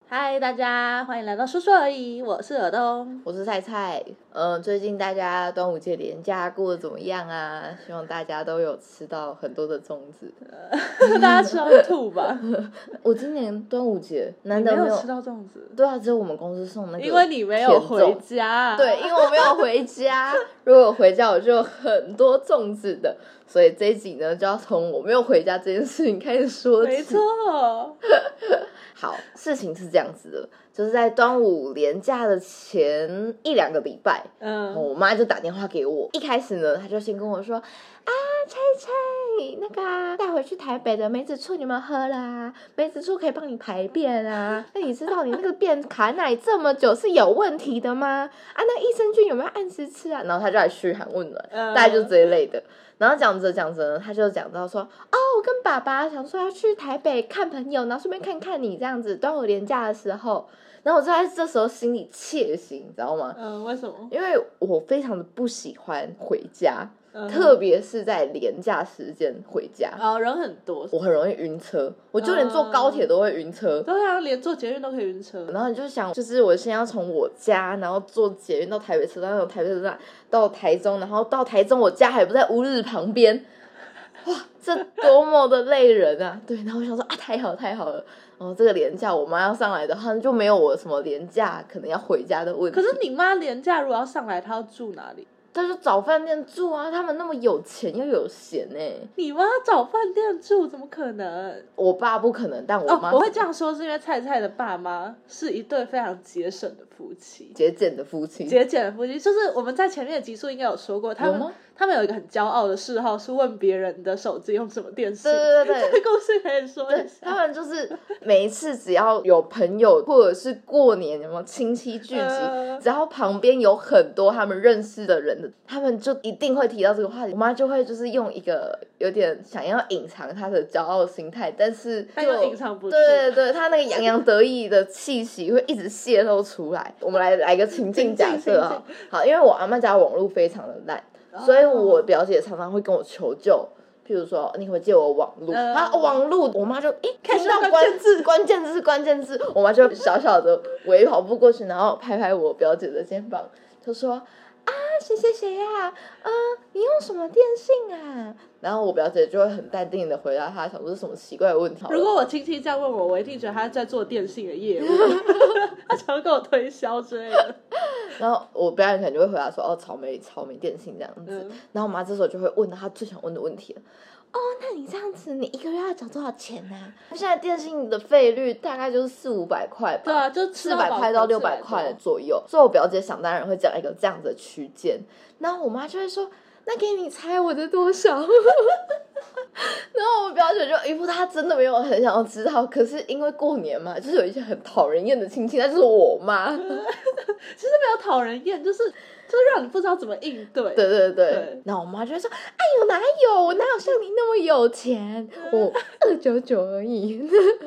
嗨，大家欢迎来到说说而已，我是尔东， 我是菜菜。最近大家端午节连假过得怎么样啊？希望大家都有吃到很多的粽子。 大家吃到会吐吧？ 我今年端午节难得没有吃到粽子。 对啊，只有我们公司送那个， 因为你没有回家。 对，因为我没有回家。如果我回家，我就有很多粽子的。所以这一集呢，就要从我没有回家这件事情开始说起。 没错。 好，事情是这样子的，就是在端午连假的前1-2个礼拜，我妈就打电话给我。一开始呢，她就先跟我说啊，菜菜，那个带回去台北的梅子醋你们喝啦，梅子醋可以帮你排便啊。那你知道你那个便卡那里这么久是有问题的吗？啊，那益生菌有没有按时吃啊？然后她就来嘘寒问暖，大概就这一类的。然后讲着讲着呢，他就讲到说，我跟爸爸想说要去台北看朋友，然后顺便看看你这样子端午连假的时候，然后我就在这时候心里窃喜，你知道吗？ 为什么？ 因为我非常的不喜欢回家，特别是在连假时间回家。 人很多， 我很容易晕车，我就连坐高铁都会晕车。 对啊，连坐捷运都可以晕车。 然后你就想，就是我先要从我家，然后坐捷运到台北车站，从台北车站到台中，然后到台中，我家还不在乌日旁边，哇，这多么的累人啊！对，然后我想说太好太好了。这个连假我妈要上来的话，就没有我什么连假可能要回家的问题。 可是你妈连假如果要上来，她要住哪里？ 他就找饭店住啊，他们那么有钱又有闲你妈找饭店住怎么可能？ 我爸不可能，但我妈我会这样说是因为菜菜的爸妈是一对非常节省的夫妻， 节俭的夫妻， 就是我们在前面的集数应该有说过，他们有一个很骄傲的嗜好是问别人的手机用什么电信。 对， 这个故事可以说一下。 他们就是每一次只要有朋友或者是过年有没有亲戚聚集，只要旁边有很多他们认识的人，他们就一定会提到这个话题。我妈就会就是用一个有点想要隐藏她的骄傲的心态，但是又隐藏不住。 对，她那个洋洋得意的气息会一直泄露出来。我们来个情境假设啊，好，因为我阿嬷家网络非常的烂。所以我表姐常常会跟我求救，譬如说你可不可以借我网路，网路我妈就听到关键字，我妈就小小的微跑步过去，然后拍拍我表姐的肩膀，就说谁呀，你用什么电信啊？然后我表姐就会很淡定的回答她，想说是什么奇怪的问题。 如果我亲戚这样问我，我一定觉得他在做电信的业务，他想要跟我推销之类的。 然后我表姐可能就会回答说，草莓电信这样子。然后我妈这时候就会问到她最想问的问题了。那你这样子，你一个月要缴多少钱呢？现在电信的费率大概就是400-500块吧。 对啊，就 400块到600块左右。所以我表姐想当然会讲一个这样子的区间。然后我妈就会说，那给你猜我的多少？然后我表姐就一副她真的没有很想要知道，可是因为过年嘛，就是有一些很讨人厌的亲戚，那就是我妈。 其实没有讨人厌，就是让你不知道怎么应对。 对。然后我妈就会说，我哪有像你那么有钱，我299而已。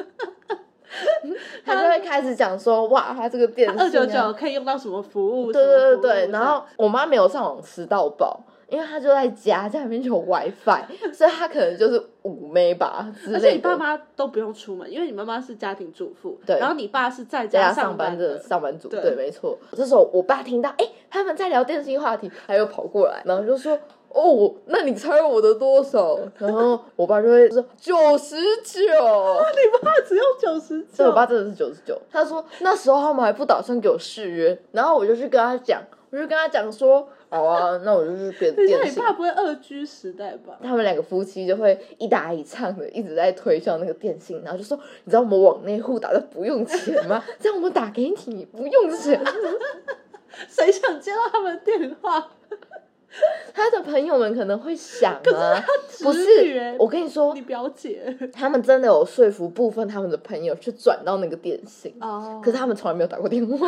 他就会开始讲说，哇，他这个电信 299可以用到什么服务？ 对。然后我妈没有上网吃到饱，因为他就在家里面就有 WiFi， 所以他可能就是5M吧之类的。 而且你爸妈都不用出门，因为你妈妈是家庭主妇， 对， 然后你爸是在家上班的上班族，对，没错。这时候我爸听到，他们在聊电信话题，他又跑过来，然后就说，那你猜我的多少？然后我爸就会说99。 你爸只用99？ 对，我爸真的是99。他说那时候他们还不打算给我续约，然后我就去跟他讲说，好啊，那我就去变电信。 你爸不会2G 时代吧？ 他们2个夫妻就会一打一唱的一直在推销那个电信，然后就说，你知道我们网内互打的不用钱吗？这样我们打给你不用钱。 谁想接到他们的电话？ 他的朋友们可能会想可是他不是，我跟你说， 你表姐他们真的有说服部分他们的朋友去转到那个电信，可是他们从来没有打过电话。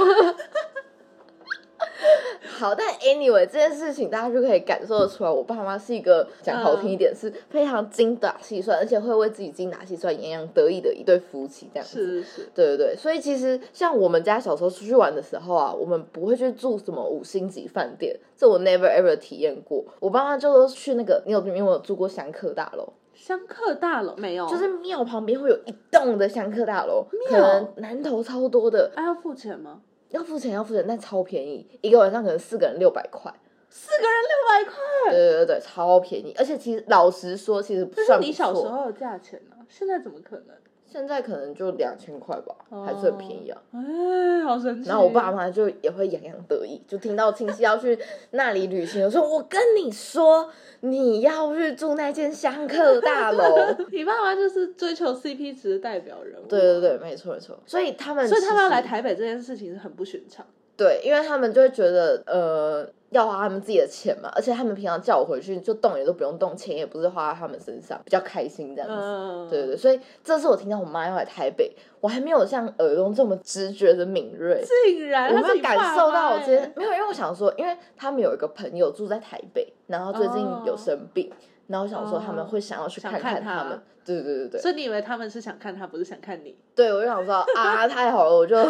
好，但 anyway 这件事情大家就可以感受得出来，我爸妈是一个讲好听一点是非常精打细算，而且会为自己精打细算洋洋得意的一对夫妻这样子。 是， 对，所以其实像我们家小时候出去玩的时候啊，我们不会去住什么5星级饭店，这我 never ever 体验过。我爸妈就都去那个，你有没有住过香客大楼？ 香客大楼没有， 就是庙旁边会有一栋的香客大楼，可能南投超多的。 要付钱吗？ 要付钱，但超便宜，一个晚上可能4个人600块。 4个人600块？ 对，超便宜，而且其实老实说，其实不算不错。 这是你小时候的价钱啊，现在怎么可能？ 现在可能就2000块吧，还是很便宜啊。 好神奇。 然后我爸妈就也会洋洋得意，就听到亲戚要去那里旅行，我说我跟你说，你要去住那间香客大楼。 你爸妈就是追求 CP 值的代表人物。 对，没错。所以他们要来台北这件事情是很不寻常。对， 因为他们就会觉得要花他们自己的钱嘛，而且他们平常叫我回去就动也都不用动，钱也不是花在他们身上，比较开心这样子。对，所以这次我听到我妈要来台北，我还没有像耳东这么直觉的敏锐， 竟然我没有感受到我今天没有，因为我想说，因为他们有一个朋友住在台北，然后最近有生病，然后我想说他们会想要去看看他们。对， 所以你以为他们是想看他，不是想看你？ 对，我就想说啊，太好了，我就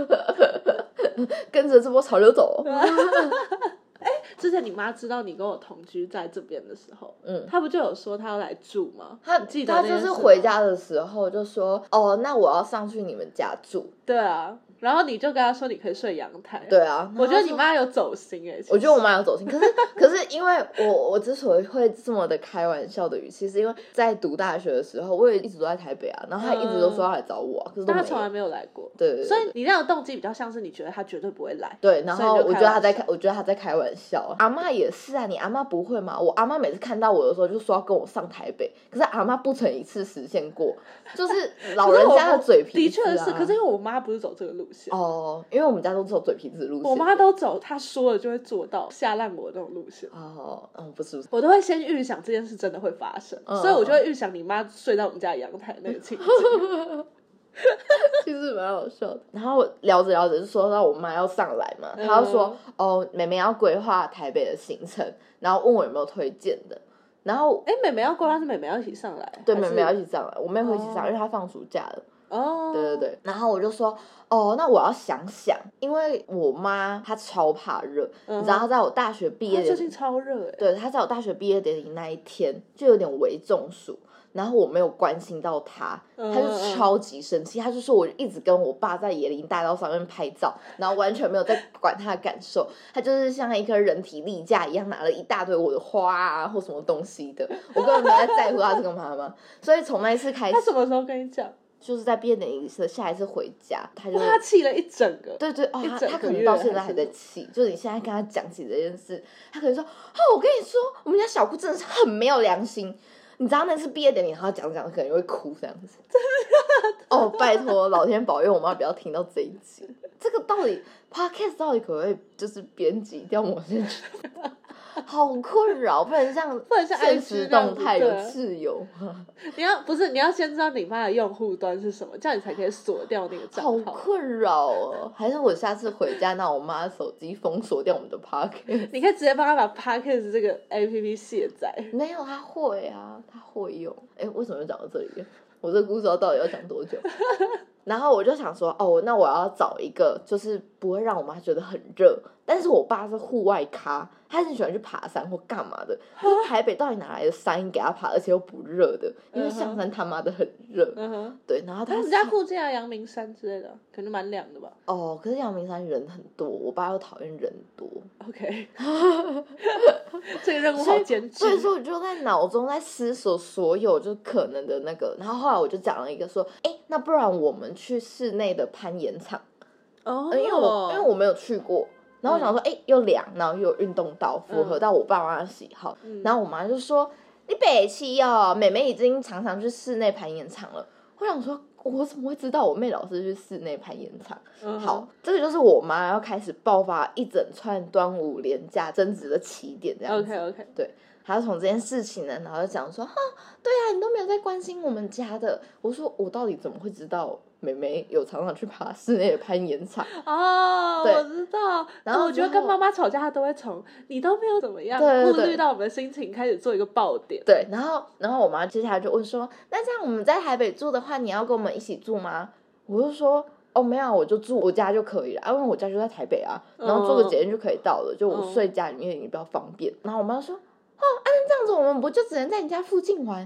跟着这波潮流走。 之前你妈知道你跟我同居在这边的时候，她不就有说她要来住吗？她就是回家的时候就说，那我要上去你们家住。 对啊，然后你就跟她说你可以睡阳台。 对啊， 我觉得你妈有走心我觉得我妈有走心，可是因为我之所以会这么的开玩笑的语气，是因为在读大学的时候，我也一直都在台北啊，然后她一直都说要来找我啊，可是她从来没有来过。 对， 所以你那个动机比较像是你觉得她绝对不会来。 对，然后我觉得她在开玩笑。阿嬷也是啊，你阿嬷不会吗？我阿嬷每次看到我的时候就说要跟我上台北，可是阿嬷不曾一次实现过，就是老人家的嘴皮子啊。 的确是，可是因为我妈不是走这个路线因为我们家都走嘴皮子路线， 我妈都走她说了就会做到吓烂我那种路线。 不是， 我都会先预想这件事真的会发生，所以我就会预想你妈睡在我们家阳台那个情景。 其实蛮好笑的。然后聊着就说到我妈要上来嘛，她就说妹妹要规划台北的行程，然后问我有没有推荐的。然后妹妹要规划是妹妹要一起上来？ 对，妹妹要一起上来，我妹会一起上，因为她放暑假了。对，然后我就说那我要想想，因为我妈她超怕热，你知道她在我大学毕业她最近超热对，她在我大学毕业典礼那一天就有点微中暑，然后我没有关心到她，她就超级生气，她就说我一直跟我爸在椰林大道上面拍照，然后完全没有在管她的感受，她就是像一颗人体例假一样拿了一大堆我的花啊或什么东西的，我根本没有在乎她这个妈妈，所以从那一次开始。 她什么时候跟你讲？ 就是在毕业典礼的下一次回家， 他气了一整个。 对，他可能到现在还在气。就是你现在跟他讲起这件事，他可能说我跟你说，我们家小姑真的是很没有良心。你知道那次毕业典礼，然后讲可能会哭这样子。拜托，老天保佑我妈不要听到这一集。这个到底 podcast 到底可不可以就是编辑掉某些好困扰，不能像现实动态有自由。 你要先知道你妈的用户端是什么，这样你才可以锁掉那个账号。 好困扰哦！还是我下次回家拿我妈的手机封锁掉我们的 podcast？ 你可以直接帮她把 podcast 这个 app 卸载。 没有，她会啊，她会用。为什么又讲到这里？我这个故事到底要讲多久？然后我就想说，那我要找一个就是不会让我妈觉得很热，但是我爸是户外咖，他很喜欢去爬山或干嘛的。台北到底哪来的山给他爬，而且又不热的？因为象山他妈的很热。对，然后他们家附近阳明山之类的，可能蛮凉的吧。 可是阳明山人很多，我爸又讨厌人多。 OK， 这个任务好艰巨。 所以说我就在脑中在思索所有就可能的那个，然后后来我就讲了一个说，那不然我们去室内的攀岩场。因为我没有去过，然后我想说又凉，然后又有运动道，符合到我爸妈的喜好。然后我妈就说你北七妹妹已经常常去室内攀岩场了。我想说我怎么会知道我妹老是去室内攀岩场？好，这个就是我妈要开始爆发一整串端午连假争执的起点这样子。 OK， 对，她就从这件事情呢，然后就讲说对啊，你都没有在关心我们家的。我说我到底怎么会知道妹妹有常常去爬室内的攀岩场？ 对，我知道。然后我觉得跟妈妈吵架，她都会从你都没有怎么样，顾虑到我们的心情，开始做一个爆点。 对，然后我妈接下来就问说，那这样我们在台北住的话，你要跟我们一起住吗？我就说没有，我就住我家就可以了，因为我家就在台北啊，然后坐个捷运就可以到了，就我睡家里面也比较方便。然后我妈说那这样子我们不就只能在你家附近玩？我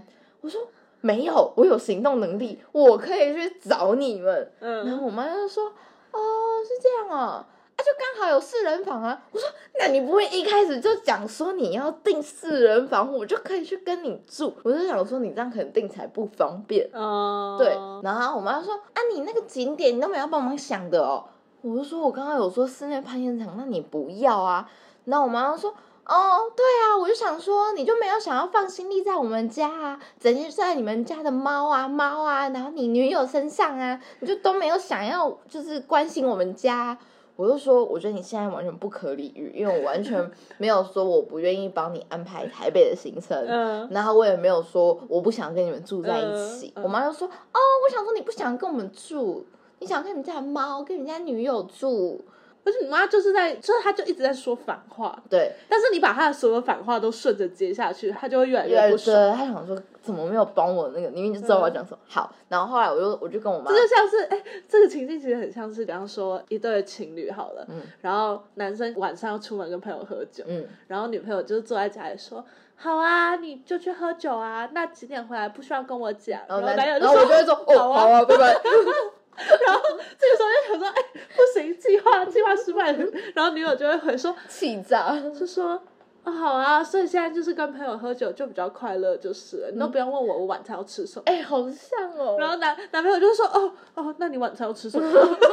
我说没有，我有行动能力，我可以去找你们。然后我妈就说哦是这样哦，就刚好有4人房啊。我说那你不会一开始就讲说你要订4人房，我就可以去跟你住。我就想说你这样可能订起来不方便。对，然后我妈就说啊你那个景点你都没有帮忙想的哦。我就说我刚刚有说室内攀岩场，那你不要啊。然后我妈就说哦对啊，我就想说你就没有想要放心力在我们家啊，整天在你们家的猫啊，然后你女友身上啊，你就都没有想要就是关心我们家。我就说我觉得你现在完全不可理喻，因为我完全没有说我不愿意帮你安排台北的行程，然后我也没有说我不想跟你们住在一起。我妈就说哦我想说你不想跟我们住，你想跟你们家的猫跟你们家女友住。 而且你妈就是她就一直在说反话， 对， 但是你把她的所有反话都顺着接下去，她就会越来越不爽。 对，她想说怎么没有帮我那个，明明就知道我要讲什么。好，然后后来我就跟我妈， 这就像是这个情境其实很像是，比方说一对情侣好了，然后男生晚上要出门跟朋友喝酒，然后女朋友就是坐在家里说。好啊，你就去喝酒啊，那几点回来不需要跟我讲。然后男友就说， 然后我就会说哦好啊拜拜。 然后这个时候就想说不行，计划失败了。然后女友就会回说气炸， 就说好啊，所以现在就是跟朋友喝酒就比较快乐就是了，你都不用问我晚餐要吃什么。 好像哦。 然后男朋友就说哦那你晚餐要吃什么？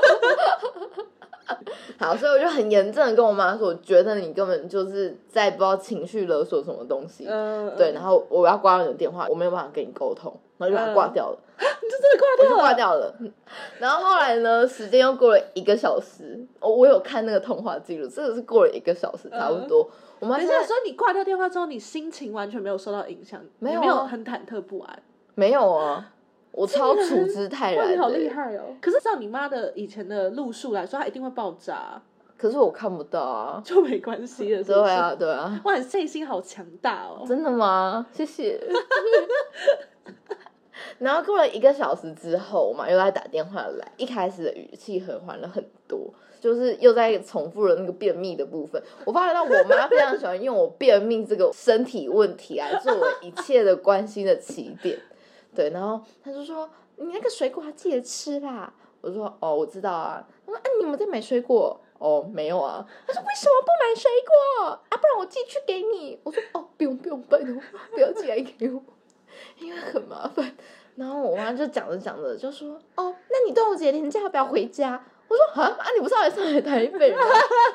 好，所以我就很严正的跟我妈说，我觉得你根本就是在不知道情绪勒索什么东西。对，然后我要挂掉你的电话，我没有办法跟你沟通，然后就把它挂掉了。 你就真的挂掉了？ 我就挂掉了。然后后来呢，时间又过了1个小时，我有看那个通话记录，真的是过了1个小时差不多。我妈等一下，所以你挂掉电话之后，你心情完全没有受到影响， 没有没有很忐忑不安？ 没有啊。我超处之泰然的。 你好厉害哦！可是照你妈的以前的路数来说，她一定会爆炸。 可是我看不到啊， 就没关系了。 对啊，对啊。 哇，你内心好强大哦！ 真的吗？谢谢。然后过了1个小时之后，我妈又来打电话来，一开始的语气和缓了很多，就是又在重复了那个便秘的部分。我发现到我妈非常喜欢用我便秘这个身体问题来作为一切的关心的起点。对，然后她就说你那个水果要记得吃啦。我说哦我知道啊。她说你有没有在买水果？哦没有啊。她说为什么不买水果啊？不然我寄去给你。我说哦不用拜托不要寄来给我，因为很麻烦。然后我妈就讲着讲着就说哦那你端午节连假要不要回家？我说你不是要来上海台北吗？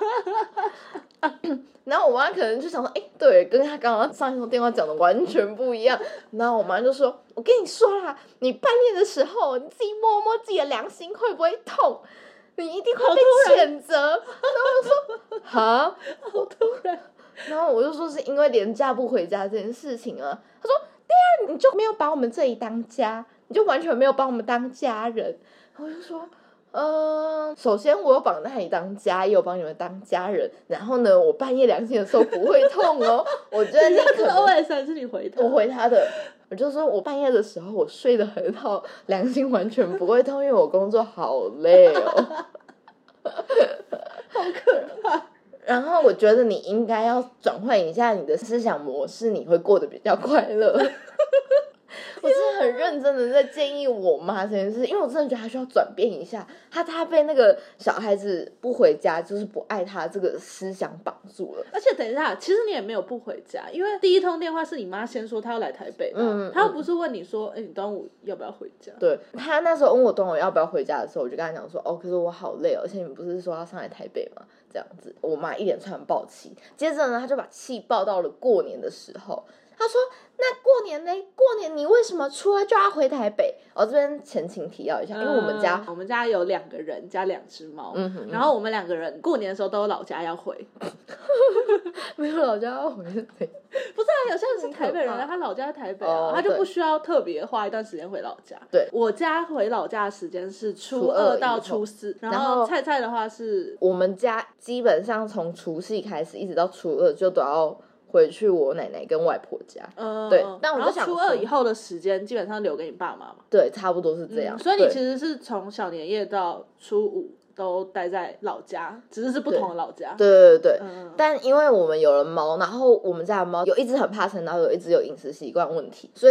然后我妈可能就想说对，跟她刚刚上一通电话讲的完全不一样。然后我妈就说我跟你说啦，你半夜的时候你自己摸摸自己的良心会不会痛，你一定会被谴责。然后我就说好突然。 然后我就说是因为连假不回家这件事情啊。她说对啊，你就没有把我们这里当家，你就完全没有把我们当家人。然后我就说首先我有把你当家，也有把你们当家人。然后呢，我半夜良心的时候不会痛哦。我觉得你可能 OS 还是你回他？ 我回他的，我就说我半夜的时候我睡得很好，良心完全不会痛，因为我工作好累哦。 好可怕。 然后我觉得你应该要转换一下你的思想模式，你会过得比较快乐。我是很认真的在建议我妈这件事，因为我真的觉得她需要转变一下，她被那个小孩子不回家就是不爱她这个思想绑住了。 而且等一下，其实你也没有不回家，因为第一通电话是你妈先说她要来台北嘛，她又不是问你说你端午要不要回家。 对，她那时候问我端午要不要回家的时候，我就跟她讲说可是我好累哦，而且你们不是说要上来台北吗？这样子，我妈一连串爆气，接着呢她就把气爆到了过年的时候。他说那过年呢？过年你为什么初2就要回台北？这边前情提要一下，因为我们家有2个人加2只猫，然后我们2个人过年的时候都有老家要回。 没有老家要回是怎样？ 不是有些人是台北人，他老家在台北他就不需要特别花一段时间回老家。 对， 我家回老家的时间是初2到初4，然后菜的话是我们家基本上从除夕开始一直到初2就都要回去我奶奶跟外婆家。对，但我就想初2以后的时间基本上留给你爸妈嘛。 对，差不多是这样。 所以你其实是从小年夜到初5都待在老家，只是不同的老家。 对，但因为我们有了猫，然后我们家的猫有一只很怕生，然后有一只有饮食习惯问题，所以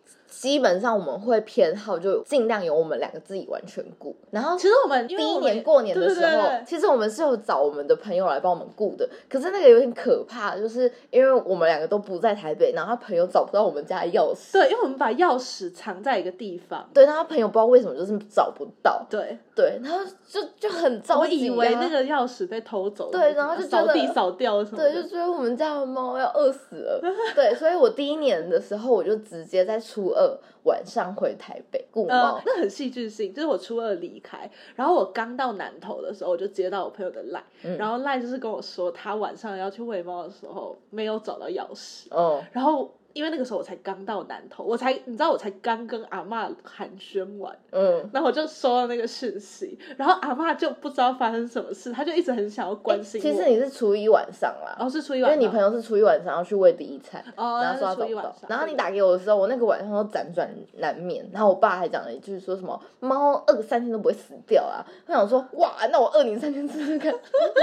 基本上我们会偏好就尽量由我们两个自己完全顾，然后其实我们第一年过年的时候， 对， 其实我们是有找我们的朋友来帮我们顾的，可是那个有点可怕，就是因为我们两个都不在台北，然后他朋友找不到我们家的钥匙， 对，因为我们把钥匙藏在一个地方， 对，然后他朋友不知道为什么就是找不到， 对， 然后就很着急， 我以为那个钥匙被偷走， 对，然后就扫地扫掉什么的， 对，就觉得我们家的猫要饿死了，对，所以我第一年的时候我就直接在初2晚上回台北顾猫， 那很戏剧性，就是我初2离开，然后我刚到南投的时候，我就接到我朋友的赖，然后赖就是跟我说他晚上要去喂猫的时候没有找到钥匙，然后因为那个时候我才刚到南投，你知道我才刚跟阿嬷寒暄完，然后我就收到那个讯息，然后阿嬷就不知道发生什么事，她就一直很想要关心我。 其实你是初1晚上啦， 是初1晚上， 因为你朋友是初1晚上要去喂第一餐，然后说他找不到， 然后你打给我的时候，我那个晚上都辗转难眠，然后我爸还讲了一句说什么猫饿个3天都不会死掉啊，我想说哇，那我饿你3天试试看。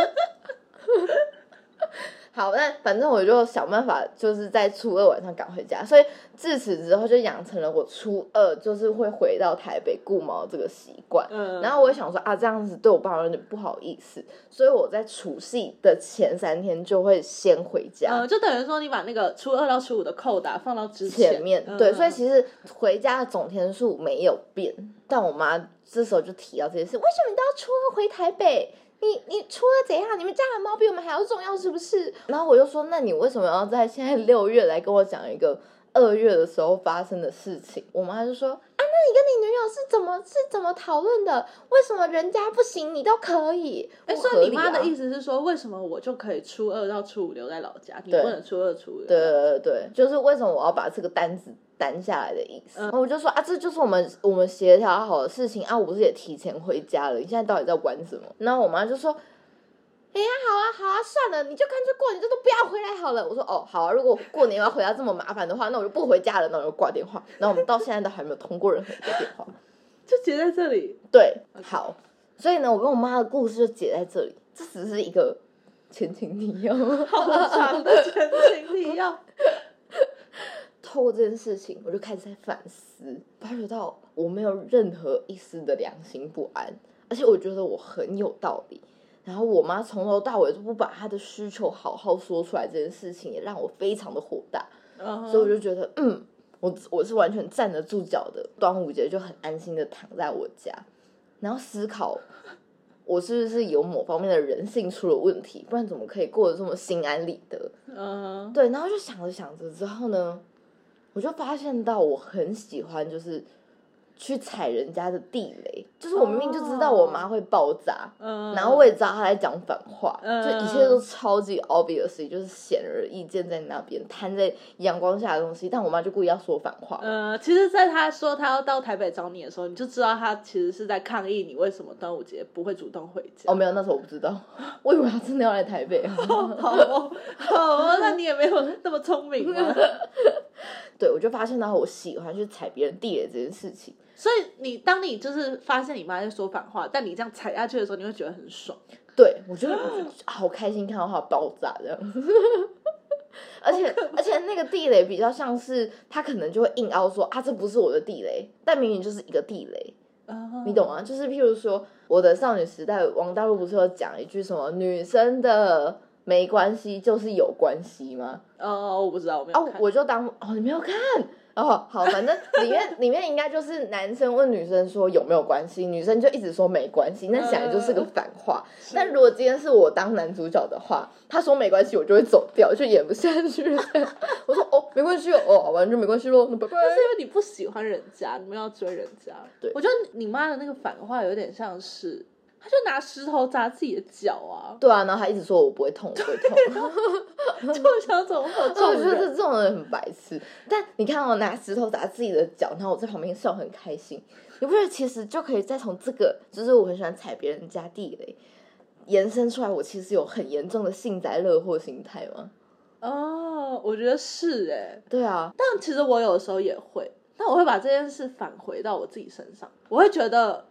好，那反正我就想办法，就是在初2晚上赶回家，所以自此之后就养成了我初2就是会回到台北顾猫这个习惯。然后我也想说啊，这样子对我爸妈有点不好意思，所以我在除夕的前3天就会先回家。 就等于说你把那个初2到初5的扣打放到前面，对，所以其实回家的总天数没有变，但我妈这时候就提到这件事，为什么你都要初2回台北？你初2怎样？你们家的猫比我们还要重要是不是？然后我就说，那你为什么要在现在6月来跟我讲一个2月的时候发生的事情？我妈就说啊，那你跟你女友是怎么讨论的？为什么人家不行，你都可以？ 所以你妈的意思是说，为什么我就可以初2到初5留在老家，你不能初2初5？ 对，就是为什么我要把这个单子担下来的意思。然后我就说啊，这就是我们协调好的事情啊，我不是也提前回家了？你现在到底在玩什么？然后我妈就说，哎呀，好啊，算了，你就干脆过年就都不要回来好了。我说哦，好啊，如果过年要回家这么麻烦的话，那我就不回家了，那我就挂电话。然后我们到现在都还没有通过任何一个电话， 就结在这里。 对，好，所以呢，我跟我妈的故事就结在这里，这只是一个前情提要， 好长的前情提要。 透过这件事情，我就开始在反思，发觉到我没有任何一丝的良心不安，而且我觉得我很有道理。然后我妈从头到尾都不把她的需求好好说出来，这件事情也让我非常的火大。所以我就觉得，我是完全站得住脚的。端午节就很安心的躺在我家，然后思考我是不是有某方面的人性出了问题，不然怎么可以过得这么心安理得？对，然后就想着之后呢，我就发现到我很喜欢就是去踩人家的地雷，就是我明明就知道我妈会爆炸，然后我也知道她在讲反话，就一切都超级 obvious， 就是显而易见在那边摊在阳光下的东西，但我妈就故意要说反话。 其实在她说她要到台北找你的时候，你就知道她其实是在抗议你为什么端午节不会主动回家。 没有，那时候我不知道，我以为她真的要来台北。 好，那你也没有那么聪明啊。 对，我就发现到我喜欢去踩别人地雷这件事情。 所以当你就是发现你妈在说反话，但你这样踩下去的时候，你会觉得很爽。 对，我觉得好开心看到她爆炸这样。而且那个地雷比较像是他可能就会硬凹说啊，这不是我的地雷，但明明就是一个地雷。你懂吗？就是譬如说我的少女时代王大陆不是有讲一句什么女生的没关系就是有关系吗？ 我不知道，我没有看。 我就当你没有看好，反正里面应该就是男生问女生说有没有关系，女生就一直说没关系，那显然就是个反话。但如果今天是我当男主角的话，他说没关系，我就会走掉，就演不下去了。我说没关系好吧，就没关系咯，那拜拜。 那是因为你不喜欢人家，你们要追人家。 对， 我觉得你妈的那个反话有点像是，他就拿石头砸自己的脚啊。 对啊，然后他一直说我不会痛，我不会痛。 就想怎么好这种人？ 我觉得这种人很白痴。但你看拿石头砸自己的脚，然后我在旁边笑很开心。你不觉得其实就可以再从这个，就是我很喜欢踩别人家地雷，延伸出来我其实有很严重的幸灾乐祸心态吗？ 我觉得是对啊， 但其实我有时候也会，但我会把这件事返回到我自己身上，我会觉得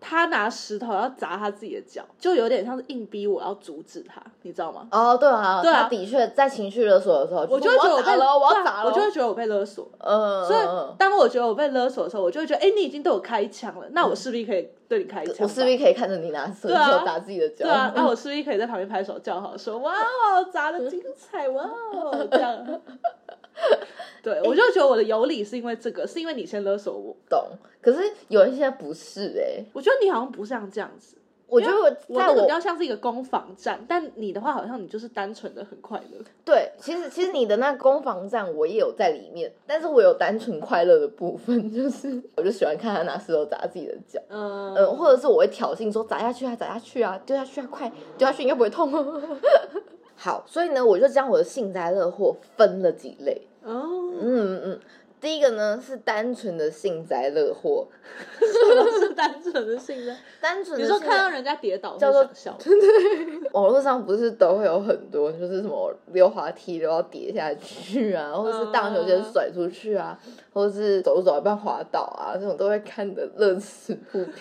他拿石头要砸他自己的脚，就有点像是硬逼我要阻止他，你知道吗？ 哦，对啊，他的确在情绪勒索的时候， 我就会觉得我要砸了， 我就会觉得我被勒索。所以当我觉得我被勒索的时候，我就会觉得，你已经对我开枪了，那我势必可以对你开枪， 我势必可以看着你拿石头打自己的脚， 对啊，那我势必可以在旁边拍手叫好，说哇哦，砸的精彩，哇哦，这样。对，我就觉得我的有理是因为这个，是因为你先勒索我。 懂，可是有一些不是我觉得你好像不像这样子。 我觉得我那个比较像是一个攻防战，但你的话好像你就是单纯的很快乐。 对，其实你的那攻防战我也有在里面，但是我有单纯快乐的部分，就是我就喜欢看他拿石头砸自己的脚，或者是我会挑衅说砸下去啊，砸下去啊，丢下去啊，快丢下去应该不会痛哦。好，所以呢，我就将我的幸灾乐祸分了几类。第一个呢是单纯的幸灾乐祸。 什么是单纯的幸灾？ 单纯的你说看到人家跌倒会想笑？ 对，网络上不是都会有很多，就是什么溜滑梯都要跌下去啊，或者是荡秋千甩出去啊，或者是走一半滑倒啊，这种都会看得乐此不疲。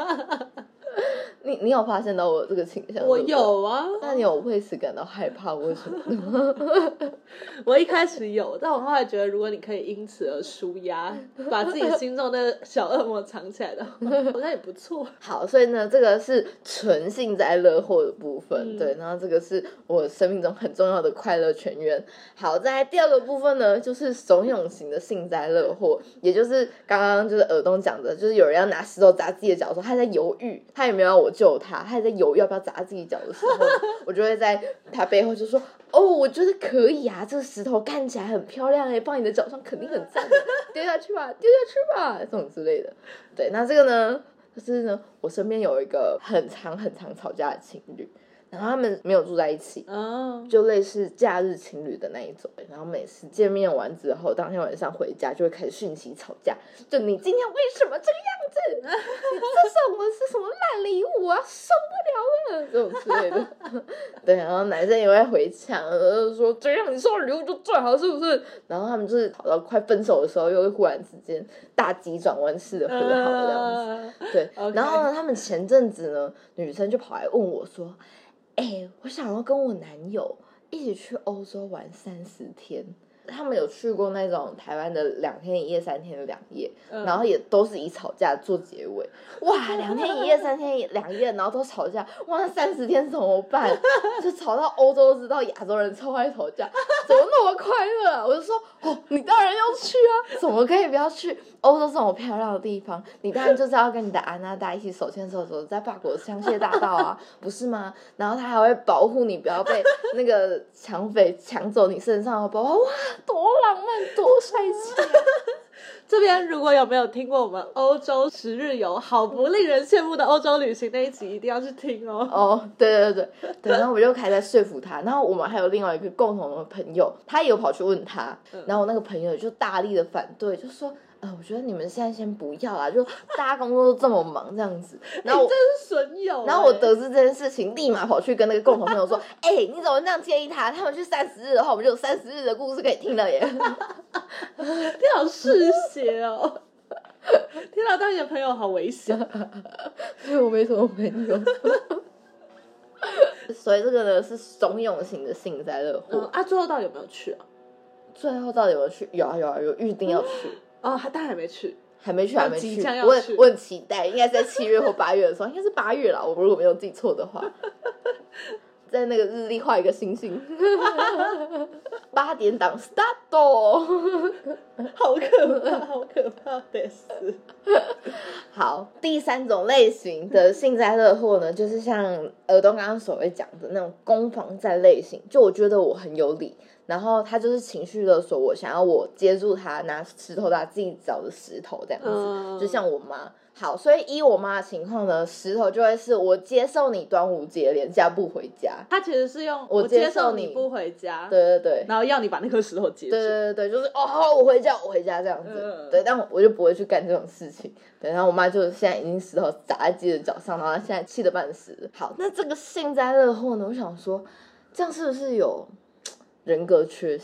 你有发现到我这个倾向？ 我有啊。 那你有为此感到害怕？为什么？ 我一开始有，但我后来觉得，如果你可以因此而抒压，把自己心中的小恶魔藏起来的话，好像也不错。 好，所以呢，这个是纯幸灾乐祸的部分，对，然后这个是我生命中很重要的快乐泉源。好，在第二个部分呢，就是怂恿型的幸灾乐祸，也就是刚刚就是尔东讲的，就是有人要拿石头砸自己的脚的时候，他在犹豫，他也没有要我救他，他还在犹豫要不要砸自己脚的时候，我就会在他背后就说，我觉得可以啊，这个石头看起来很漂亮放你的脚上肯定很赞的，丢下去吧，丢下去吧，这种之类的。对，那这个呢，就是呢，我身边有一个很常吵架的情侣，然后他们没有住在一起，就类似假日情侣的那一种，然后每次见面完之后，当天晚上回家就会开始讯息吵架，就你今天为什么这个样子？你这是什么烂礼物啊？受不了了，这种之类的。对，然后男生也会回呛，说这样你收的礼物就最好，是不是？然后他们就是吵到快分手的时候，又会忽然之间大急转弯式的和好这样子。对，然后呢，他们前阵子呢，女生就跑来问我说，我想要跟我男友一起去欧洲玩30天。他们有去过那种台湾的2天1夜3天2夜，然后也都是以吵架做结尾。哇，2天1夜3天2夜，然后都吵架，哇，那30天怎么办？就吵到欧洲知道亚洲人超爱吵架，怎么那么快乐啊？我就说，你当然要去啊，怎么可以不要去？欧洲这种漂亮的地方，你当然就是要跟你的安娜达一起手牵手走在法国香榭大道啊，不是吗？然后他还会保护你不要被那个抢匪抢走你身上的包，哇，多浪漫，多帅气啊！ 这边如果有没有听过我们欧洲10日游好不令人羡慕的欧洲旅行那一集，一定要去听哦。 对，然后我就开始在说服他，然后我们还有另外一个共同的朋友，他也有跑去问他，然后我那个朋友就大力的反对，就说我觉得你们现在先不要啦，就大家工作都这么忙这样子。然后你真是损友。 然后我得知这件事情，立马跑去跟那个共同朋友说：“你怎么那样建议他？他们去30日的话，我们就有30日的故事可以听了耶。” 你好嗜血哦！天哪，当你的朋友好危险。 所以我没什么朋友。所以这个呢是怂恿型的幸灾乐祸。 最后到底有没有去啊？ 最后到底有没有去？有预定要去。 但还没去。 还没去。我很期待，应该是在7月或8月的时候，应该是8月啦，我如果没有记错的话。在那个日历画一个星星。8点档 start。 好可怕，好可怕的事。 好，第3种类型的幸灾乐祸呢，就是像尔东刚刚所谓讲的那种攻防战类型，就我觉得我很有理，然后他就是情绪勒索我，想要我接住他拿石头打自己找的石头这样子，就像我妈。好，所以依我妈的情况呢，石头就会是我接受你端午节连假不回家。 他其实是用我接受你不回家， 对， 然后要你把那颗石头接住。 对，就是好，我回家这样子。对，但我就不会去干这种事情。对，然后我妈就现在已经石头砸在自己的脚上，然后她现在气得半死。好，那这个幸灾乐祸呢，我想说，这样是不是有人格缺陷？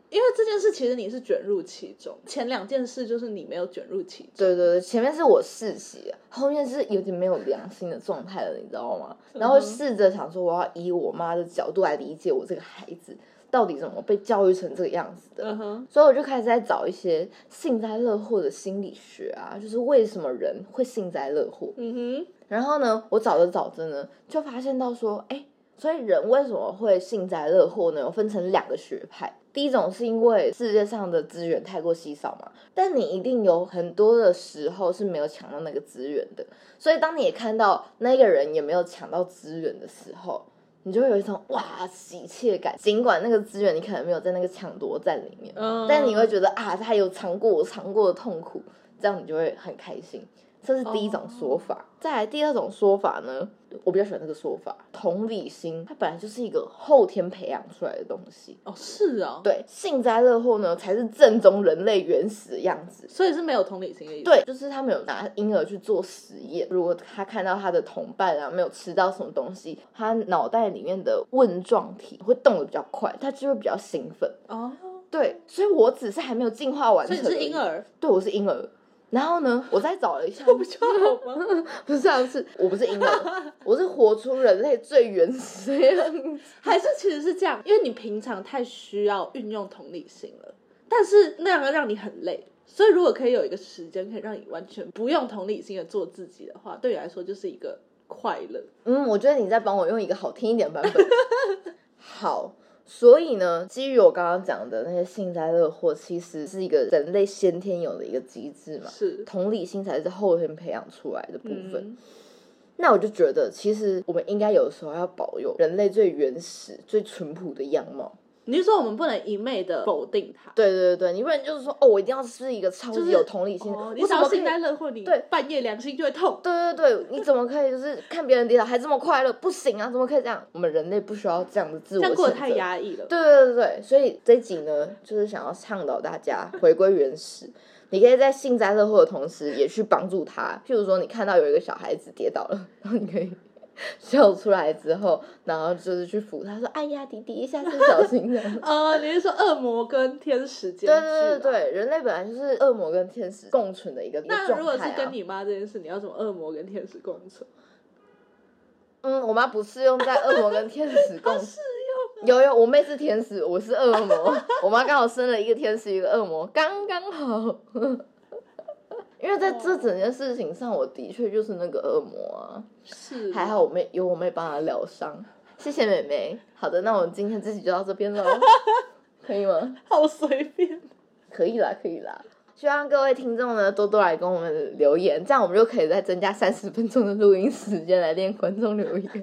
因为这件事其实你是卷入其中，前2件事就是你没有卷入其中。 对对对，前面是我世袭，后面是有点没有良心的状态了，你知道吗？然后试着想说我要以我妈的角度来理解我这个孩子到底怎么被教育成这个样子的。所以我就开始在找一些幸灾乐祸的心理学啊，就是为什么人会幸灾乐祸。然后呢，我找着找着呢，就发现到说，所以人为什么会幸灾乐祸呢？有分成2个学派。第一种是因为世界上的资源太过稀少嘛，但你一定有很多的时候是没有抢到那个资源的，所以当你也看到那个人也没有抢到资源的时候，你就会有一种哇喜切感，尽管那个资源你可能没有在那个抢夺战里面，但你会觉得啊他有尝过我尝过的痛苦，这样你就会很开心。这是第一种说法。再来第2种说法呢，我比较喜欢这个说法，同理心它本来就是一个后天培养出来的东西。 是啊。 对，幸灾乐祸呢才是正宗人类原始的样子， 所以是没有同理心的意思。 对，就是他们有拿婴儿去做实验，如果他看到他的同伴啊没有吃到什么东西，他脑袋里面的问状体会动得比较快，他就会比较兴奋。对，所以我只是还没有进化完成。 所以你是婴儿？ 对，我是婴儿。然后呢，我再找了一下， 不就好吗？ 不是啊，我不是婴儿，我是活出人类最原始的样子。 还是其实是这样，因为你平常太需要运用同理心了，但是那样让你很累，所以如果可以有一个时间可以让你完全不用同理心的做自己的话，对你来说就是一个快乐。 我觉得你在帮我用一个好听一点版本。好。所以呢，基于我刚刚讲的那些幸灾乐祸，其实是一个人类先天有的一个机制嘛， 是同理心才是后天培养出来的部分。那我就觉得，其实我们应该有时候要保有人类最原始、最淳朴的样貌。 你是说我们不能一昧的否定它？ 对对对，你不能就是说我一定要是一个超级有同理心的， 你只要幸灾乐祸，你半夜良心就会痛。 对对对，你怎么可以就是看别人跌倒还这么快乐？不行啊，怎么可以这样？我们人类不需要这样的自我谴责， 这样过得太压抑了。 对对对对，所以这一集呢，就是想要倡导大家回归原始。你可以在幸灾乐祸的同时，也去帮助他。譬如说，你看到有一个小孩子跌倒了，然后你可以笑出来之后，然后就是去扶他，说：“哎呀，弟弟，下次小心点。” 你是说恶魔跟天使间距？ 对对对对，人类本来就是恶魔跟天使共存的一个状态。 那如果是跟你妈这件事，你要怎么恶魔跟天使共存？ 我妈不适用在恶魔跟天使共存。有，我妹是天使，我是恶魔。我妈刚好生了一个天使，一个恶魔，刚刚好。因为在这整件事情上，我的确就是那个恶魔啊。 是， 还好有我妹帮她疗伤，谢谢妹妹。好的，那我们今天这集就到这边了，可以吗？ 好随便。 可以啦，可以啦。希望各位听众呢多多来跟我们留言，这样我们就可以再增加30分钟的录音时间来练观众留言。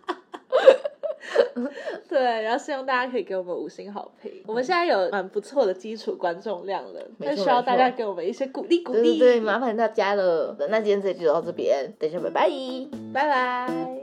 对，然后希望大家可以给我们5星好评。我们现在有蛮不错的基础观众量了，但需要大家给我们一些鼓励。 对对对，麻烦大家了。那今天这集就到这边，等一下拜拜， 拜拜。